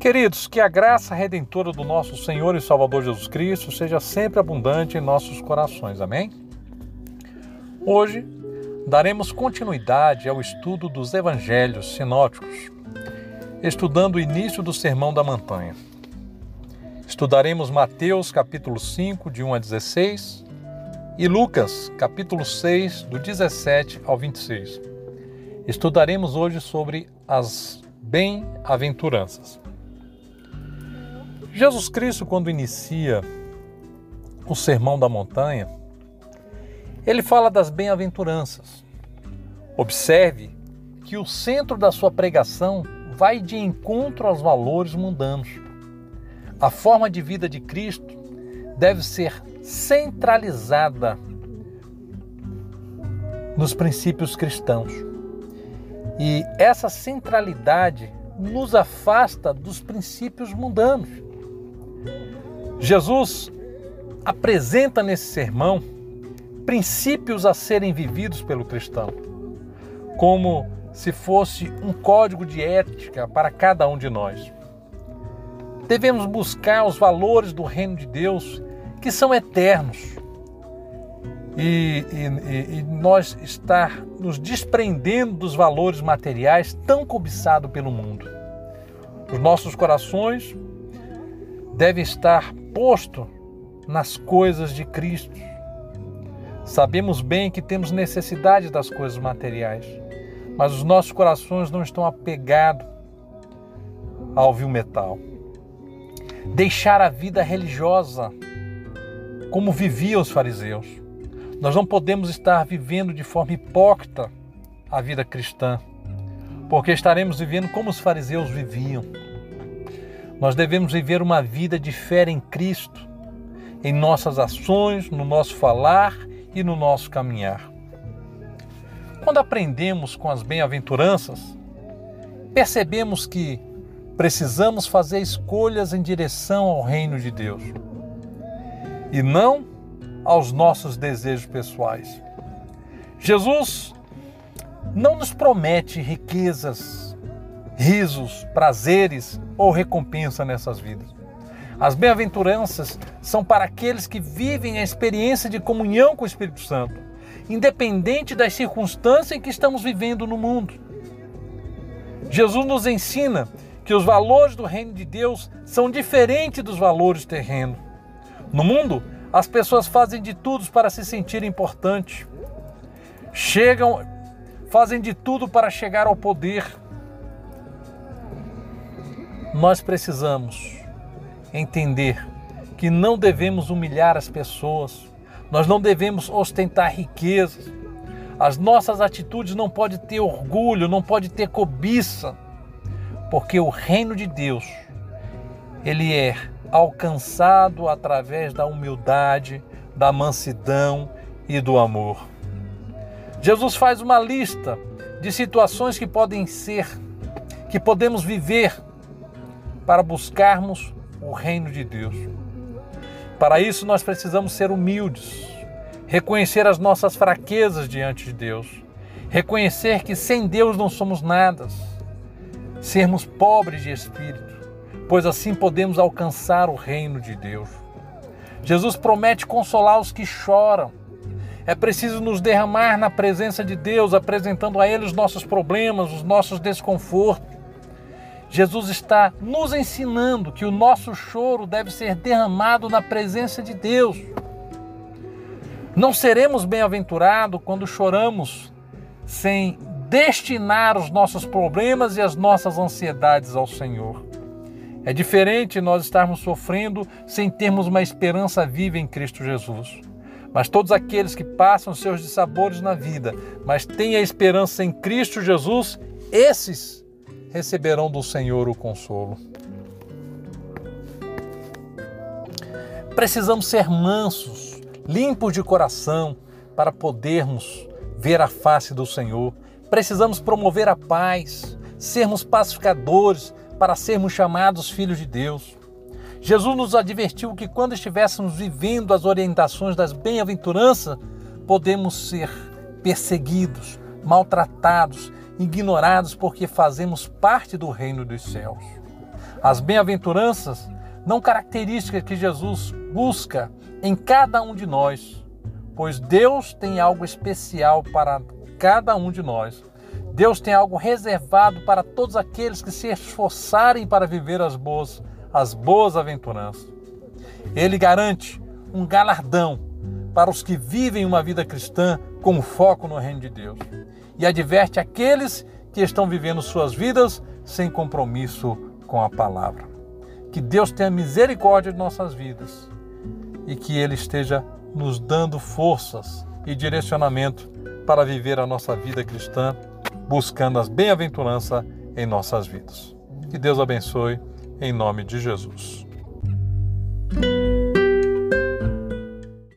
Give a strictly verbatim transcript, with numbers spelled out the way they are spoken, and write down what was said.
Queridos, que a graça redentora do nosso Senhor e Salvador Jesus Cristo seja sempre abundante em nossos corações. Amém? Hoje daremos continuidade ao estudo dos evangelhos sinóticos, estudando o início do Sermão da Montanha. Estudaremos Mateus capítulo cinco, de um a dezesseis, e Lucas capítulo seis, do dezessete ao vinte e seis. Estudaremos hoje sobre as bem-aventuranças. Jesus Cristo, quando inicia o Sermão da Montanha, ele fala das bem-aventuranças. Observe que o centro da sua pregação vai de encontro aos valores mundanos. A forma de vida de Cristo deve ser centralizada nos princípios cristãos. E essa centralidade nos afasta dos princípios mundanos. Jesus apresenta nesse sermão princípios a serem vividos pelo cristão, como se fosse um código de ética para cada um de nós. Devemos buscar os valores do reino de Deus que são eternos e, e, e nós estar nos desprendendo dos valores materiais tão cobiçados pelo mundo. Os nossos corações devem estar postos nas coisas de Cristo. Sabemos bem que temos necessidade das coisas materiais, mas os nossos corações não estão apegados ao vil metal. Deixar a vida religiosa como viviam os fariseus. Nós não podemos estar vivendo de forma hipócrita a vida cristã, porque estaremos vivendo como os fariseus viviam. Nós devemos viver uma vida de fé em Cristo, em nossas ações, no nosso falar e no nosso caminhar. Quando aprendemos com as bem-aventuranças, percebemos que precisamos fazer escolhas em direção ao reino de Deus e não aos nossos desejos pessoais. Jesus não nos promete riquezas, risos, prazeres ou recompensa nessas vidas. As bem-aventuranças são para aqueles que vivem a experiência de comunhão com o Espírito Santo, independente das circunstâncias em que estamos vivendo no mundo. Jesus nos ensina que os valores do reino de Deus são diferentes dos valores terrenos. No mundo, as pessoas fazem de tudo para se sentirem importantes. Chegam, fazem de tudo para chegar ao poder. Nós precisamos entender que não devemos humilhar as pessoas, nós não devemos ostentar riquezas, as nossas atitudes não podem ter orgulho, não podem ter cobiça, porque o reino de Deus, ele é alcançado através da humildade, da mansidão e do amor. Jesus faz uma lista de situações que podem ser, que podemos viver para buscarmos o reino de Deus. Para isso nós precisamos ser humildes, reconhecer as nossas fraquezas diante de Deus, reconhecer que sem Deus não somos nada, sermos pobres de espírito, pois assim podemos alcançar o reino de Deus. Jesus promete consolar os que choram. É preciso nos derramar na presença de Deus, apresentando a Ele os nossos problemas, os nossos desconfortos. Jesus está nos ensinando que o nosso choro deve ser derramado na presença de Deus. Não seremos bem-aventurados quando choramos sem destinar os nossos problemas e as nossas ansiedades ao Senhor. É diferente nós estarmos sofrendo sem termos uma esperança viva em Cristo Jesus. Mas todos aqueles que passam seus dissabores na vida, mas têm a esperança em Cristo Jesus, esses receberão do Senhor o consolo. Precisamos ser mansos, limpos de coração, para podermos ver a face do Senhor. Precisamos promover a paz, sermos pacificadores, para sermos chamados filhos de Deus. Jesus nos advertiu que quando estivéssemos vivendo as orientações das bem-aventuranças, podemos ser perseguidos, maltratados, ignorados porque fazemos parte do reino dos céus. As bem-aventuranças, não características que Jesus busca em cada um de nós, pois Deus tem algo especial para cada um de nós. Deus tem algo reservado para todos aqueles que se esforçarem para viver as boas, as boas aventuranças. Ele garante um galardão para os que vivem uma vida cristã com foco no reino de Deus. E adverte aqueles que estão vivendo suas vidas sem compromisso com a palavra. Que Deus tenha misericórdia de nossas vidas e que Ele esteja nos dando forças e direcionamento para viver a nossa vida cristã, buscando as bem-aventuranças em nossas vidas. Que Deus abençoe, em nome de Jesus.